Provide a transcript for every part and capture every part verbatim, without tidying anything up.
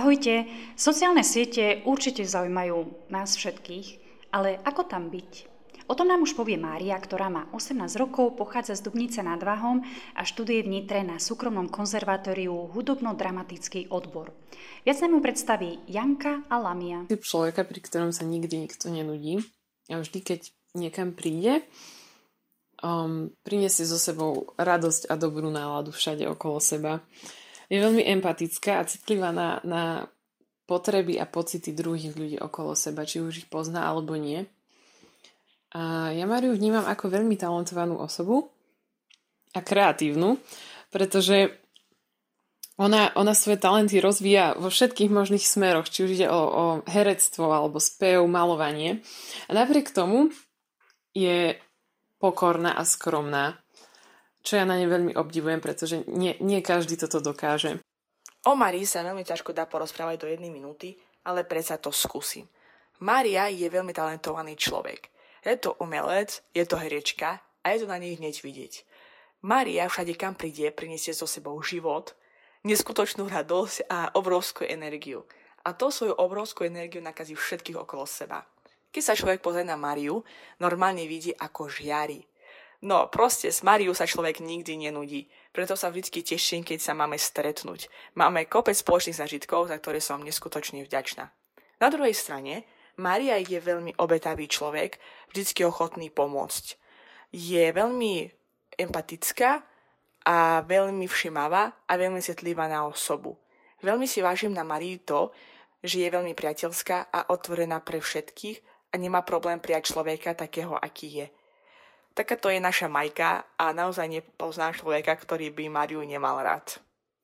Ahojte, sociálne siete určite zaujímajú nás všetkých, ale ako tam byť? O tom nám už povie Mária, ktorá má osemnásť rokov, pochádza z Dubnice nad Váhom a študuje v Nitre na súkromnom konzervatóriu hudobno-dramatický odbor. Viac nám ju predstaví Janka a Lamia. Typ človeka, pri ktorom sa nikdy nikto nenudí a vždy, keď niekam príde, um, priniesie so sebou radosť a dobrú náladu všade okolo seba. Je veľmi empatická a citlivá na, na potreby a pocity druhých ľudí okolo seba, či už ich pozná alebo nie. A ja Máriu vnímam ako veľmi talentovanú osobu a kreatívnu, pretože ona, ona svoje talenty rozvíja vo všetkých možných smeroch, či už ide o, o herectvo alebo spev, malovanie. A napriek tomu je pokorná a skromná, čo ja na nej veľmi obdivujem, pretože nie, nie každý toto dokáže. O Márii sa veľmi ťažko dá porozprávať do jednej minúty, ale predsa to skúsim. Mária je veľmi talentovaný človek. Je to umelec, je to herečka a je to na nej hneď vidieť. Mária všade kam príde, prinesie so sebou život, neskutočnú radosť a obrovskú energiu. A to svoju obrovskú energiu nakazí všetkých okolo seba. Keď sa človek pozrie na Máriu, normálne vidí, ako žiari. No, proste s Máriou sa človek nikdy nenudí. Preto sa vždy teším, keď sa máme stretnúť. Máme kopec spoločných zážitkov, za ktoré som neskutočne vďačná. Na druhej strane, Mária je veľmi obetavý človek, vždy ochotný pomôcť. Je veľmi empatická a veľmi všimavá a veľmi citlivá na osobu. Veľmi si vážim na Márii to, že je veľmi priateľská a otvorená pre všetkých a nemá problém prijať človeka takého, aký je. Takáto je naša Majka a naozaj nepoznám človeka, ktorý by Máriu nemal rád.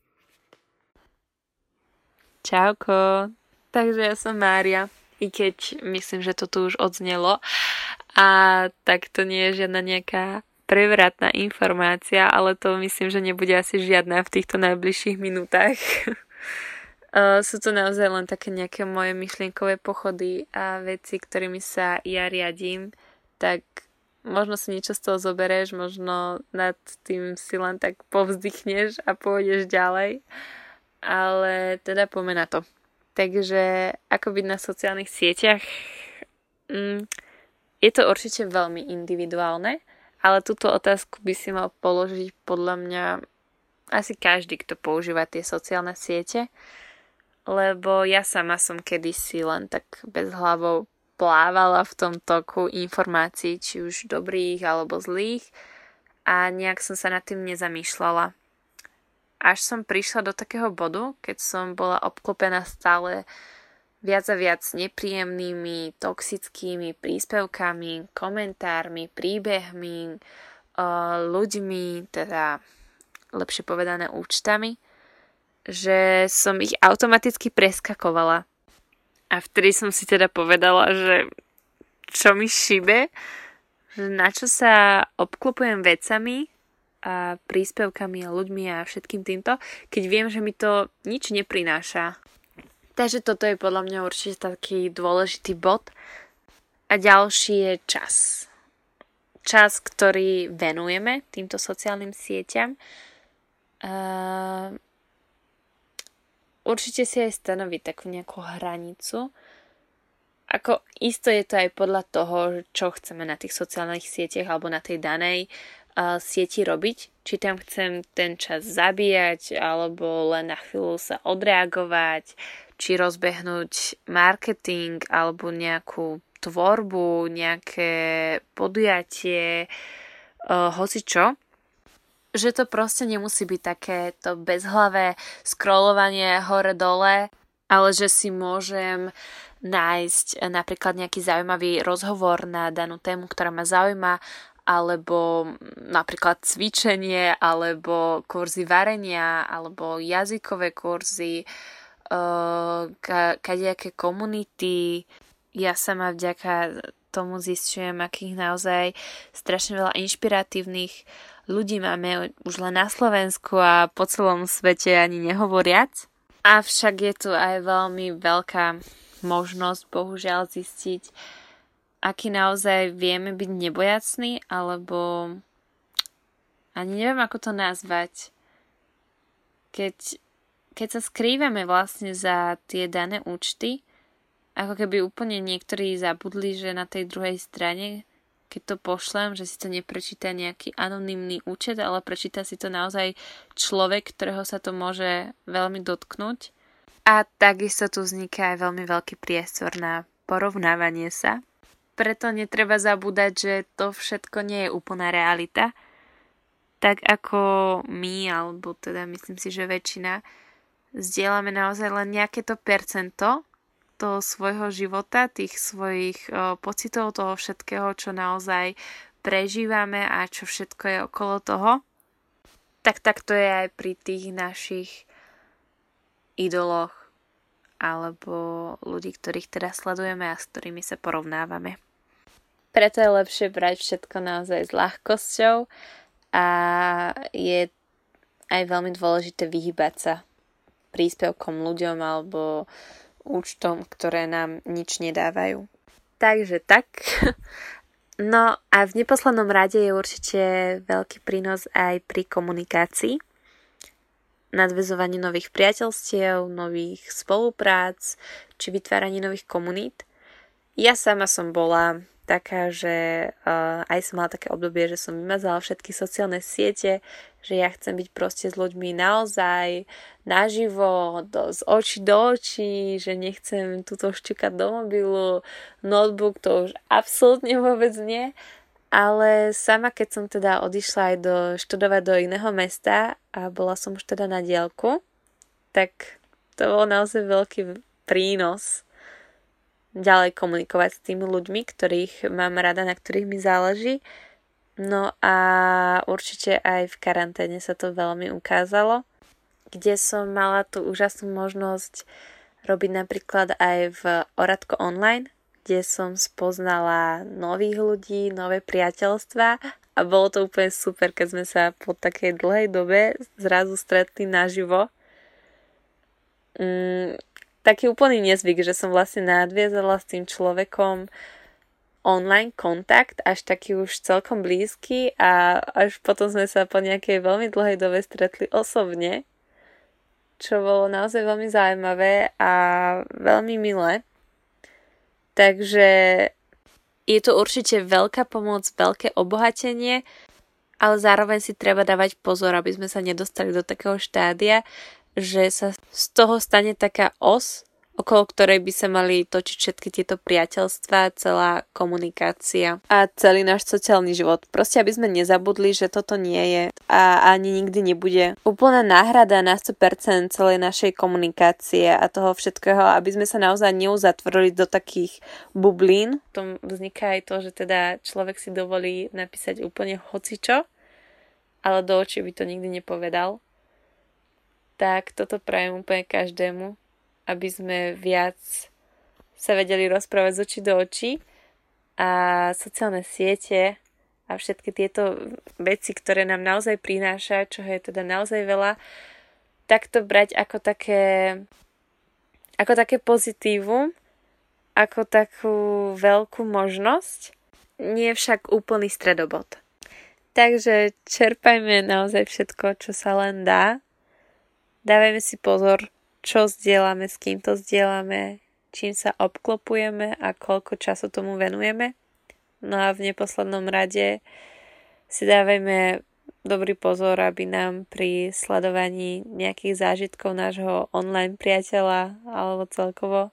Čauko, takže ja som Mária, i keď myslím, že to tu už odznelo. A tak to nie je žiadna nejaká prevratná informácia, ale to myslím, že nebude asi žiadna v týchto najbližších minútach. Sú to naozaj len také nejaké moje myšlienkové pochody a veci, ktorými sa ja riadím, tak možno si niečo z toho zoberieš, možno nad tým si len tak povzdychneš a pôjdeš ďalej. Ale teda poďme na to. Takže ako byť na sociálnych sieťach? Mm, je to určite veľmi individuálne, ale túto otázku by si mal položiť podľa mňa asi každý, kto používa tie sociálne siete. Lebo ja sama som kedysi len tak bez hlavou plávala v tom toku informácií, či už dobrých alebo zlých a nejak som sa nad tým nezamýšľala. Až som prišla do takého bodu, keď som bola obklopená stále viac a viac nepríjemnými, toxickými príspevkami, komentármi, príbehmi, ľuďmi, teda lepšie povedané účtami, že som ich automaticky preskakovala. A vtedy som si teda povedala, že čo mi šibe, že na čo sa obklopujem vecami a príspevkami a ľuďmi a všetkým týmto, keď viem, že mi to nič neprináša. Takže toto je podľa mňa určite taký dôležitý bod. A ďalší je čas. Čas, ktorý venujeme týmto sociálnym sieťam. Uh, Určite si aj stanoviť takú nejakú hranicu. Ako isto je to aj podľa toho, čo chceme na tých sociálnych sieťach alebo na tej danej uh, sieti robiť. Či tam chcem ten čas zabíjať alebo len na chvíľu sa odreagovať, či rozbehnúť marketing alebo nejakú tvorbu, nejaké podujatie, uh, hocičo. Že to proste nemusí byť také to bezhlavé scrollovanie hore-dole, ale že si môžem nájsť napríklad nejaký zaujímavý rozhovor na danú tému, ktorá ma zaujíma, alebo napríklad cvičenie, alebo kurzy varenia, alebo jazykové kurzy, kadejaké komunity. Ja sama vďaka tomu zisťujem, akých naozaj strašne veľa inšpiratívnych ľudí máme už len na Slovensku a po celom svete ani nehovoriac. Avšak je tu aj veľmi veľká možnosť, bohužiaľ, zistiť, aký naozaj vieme byť nebojacní, alebo ani neviem, ako to nazvať. Keď keď sa skrývame vlastne za tie dané účty, ako keby úplne niektorí zabudli, že na tej druhej strane, keď to pošlem, že si to neprečíta nejaký anonymný účet, ale prečíta si to naozaj človek, ktorého sa to môže veľmi dotknúť. A takisto tu vzniká aj veľmi veľký priestor na porovnávanie sa. Preto netreba zabúdať, že to všetko nie je úplná realita. Tak ako my, alebo teda myslím si, že väčšina, zdieľame naozaj len nejaké to percento toho svojho života, tých svojich o, pocitov, toho všetkého, čo naozaj prežívame a čo všetko je okolo toho. Tak tak to je aj pri tých našich idoloch alebo ľudí, ktorých teda sledujeme a s ktorými sa porovnávame. Preto je lepšie brať všetko naozaj s ľahkosťou a je aj veľmi dôležité vyhýbať sa príspevkom ľuďom alebo účtom, ktoré nám nič nedávajú. Takže tak. No a v neposlednom rade je určite veľký prínos aj pri komunikácii. Nadväzovaní nových priateľstiev, nových spoluprác či vytváraní nových komunít. Ja sama som bola taká, že uh, aj som mala také obdobie, že som vymazala všetky sociálne siete, že ja chcem byť proste s ľuďmi naozaj naživo, do, z očí do očí, že nechcem túto šťukať do mobilu, notebook, to už absolútne vôbec nie. Ale sama, keď som teda odišla aj do, študovať do iného mesta a bola som už teda na diaľku, tak to bol naozaj veľký prínos ďalej komunikovať s tými ľuďmi, ktorých mám rada, na ktorých mi záleží. No a určite aj v karanténe sa to veľmi ukázalo, kde som mala tú úžasnú možnosť robiť napríklad aj v Oradko online, kde som spoznala nových ľudí, nové priateľstvá a bolo to úplne super, keď sme sa po takej dlhej dobe zrazu stretli naživo. Mm, taký úplný nezvyk, že som vlastne nadviazala s tým človekom online kontakt, až taký už celkom blízky a až potom sme sa po nejakej veľmi dlhej dobe stretli osobne, čo bolo naozaj veľmi zaujímavé a veľmi milé. Takže je to určite veľká pomoc, veľké obohatenie, ale zároveň si treba dávať pozor, aby sme sa nedostali do takého štádia, že sa z toho stane taká os, okolo ktorej by sa mali točiť všetky tieto priateľstvá, celá komunikácia a celý náš sociálny život. Proste, aby sme nezabudli, že toto nie je a ani nikdy nebude úplná náhrada na sto percent celej našej komunikácie a toho všetkého, aby sme sa naozaj neuzatvorili do takých bublín. Tom vzniká aj to, že teda človek si dovolí napísať úplne hocičo, ale do očí by to nikdy nepovedal. Tak toto prajem úplne každému, aby sme viac sa vedeli rozprávať z očí do očí a sociálne siete a všetky tieto veci, ktoré nám naozaj prináša, čo je teda naozaj veľa, tak to brať ako také, ako také pozitívum, ako takú veľkú možnosť, nie však úplný stredobod. Takže čerpajme naozaj všetko, čo sa len dá. Dávajme si pozor, čo zdieľame, s kým to zdieľame, čím sa obklopujeme a koľko času tomu venujeme. No a v neposlednom rade si dávajme dobrý pozor, aby nám pri sledovaní nejakých zážitkov nášho online priateľa alebo celkovo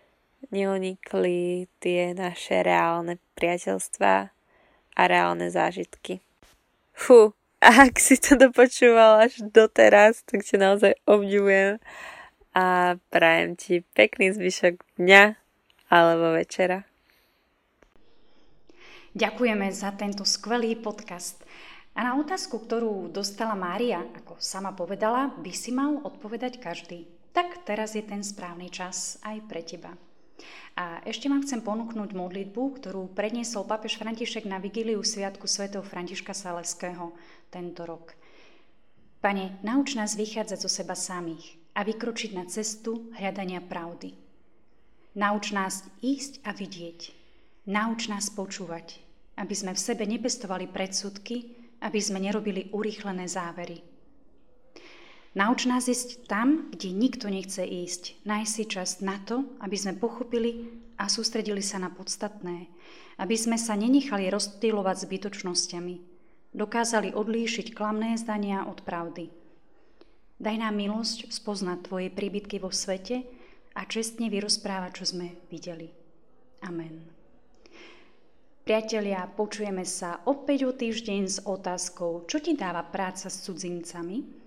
neunikli tie naše reálne priateľstvá a reálne zážitky. Fú, ak si to dopočúval až doteraz, tak ťa naozaj obdivujem a prajem ti pekný zvyšok dňa alebo večera. Ďakujeme za tento skvelý podcast. A na otázku, ktorú dostala Mária, ako sama povedala, by si mal odpovedať každý. Tak teraz je ten správny čas aj pre teba. A ešte vám chcem ponúknuť modlitbu, ktorú predniesol pápež František na vigíliu sviatku svätého Františka Saleského tento rok. Pane, nauč nás vychádzať zo seba samých a vykročiť na cestu hľadania pravdy. Nauč nás ísť a vidieť. Nauč nás počúvať, aby sme v sebe nepestovali predsudky, aby sme nerobili urýchlené závery. Nauč nás ísť tam, kde nikto nechce ísť. Nájsť si čas na to, aby sme pochopili a sústredili sa na podstatné. Aby sme sa nenechali rozptýlovať zbytočnosťami. Dokázali odlíšiť klamné zdania od pravdy. Daj nám milosť spoznať Tvoje príbytky vo svete a čestne vyrozprávať, čo sme videli. Amen. Priatelia, počujeme sa opäť o týždeň s otázkou, čo ti dáva práca s cudzincami?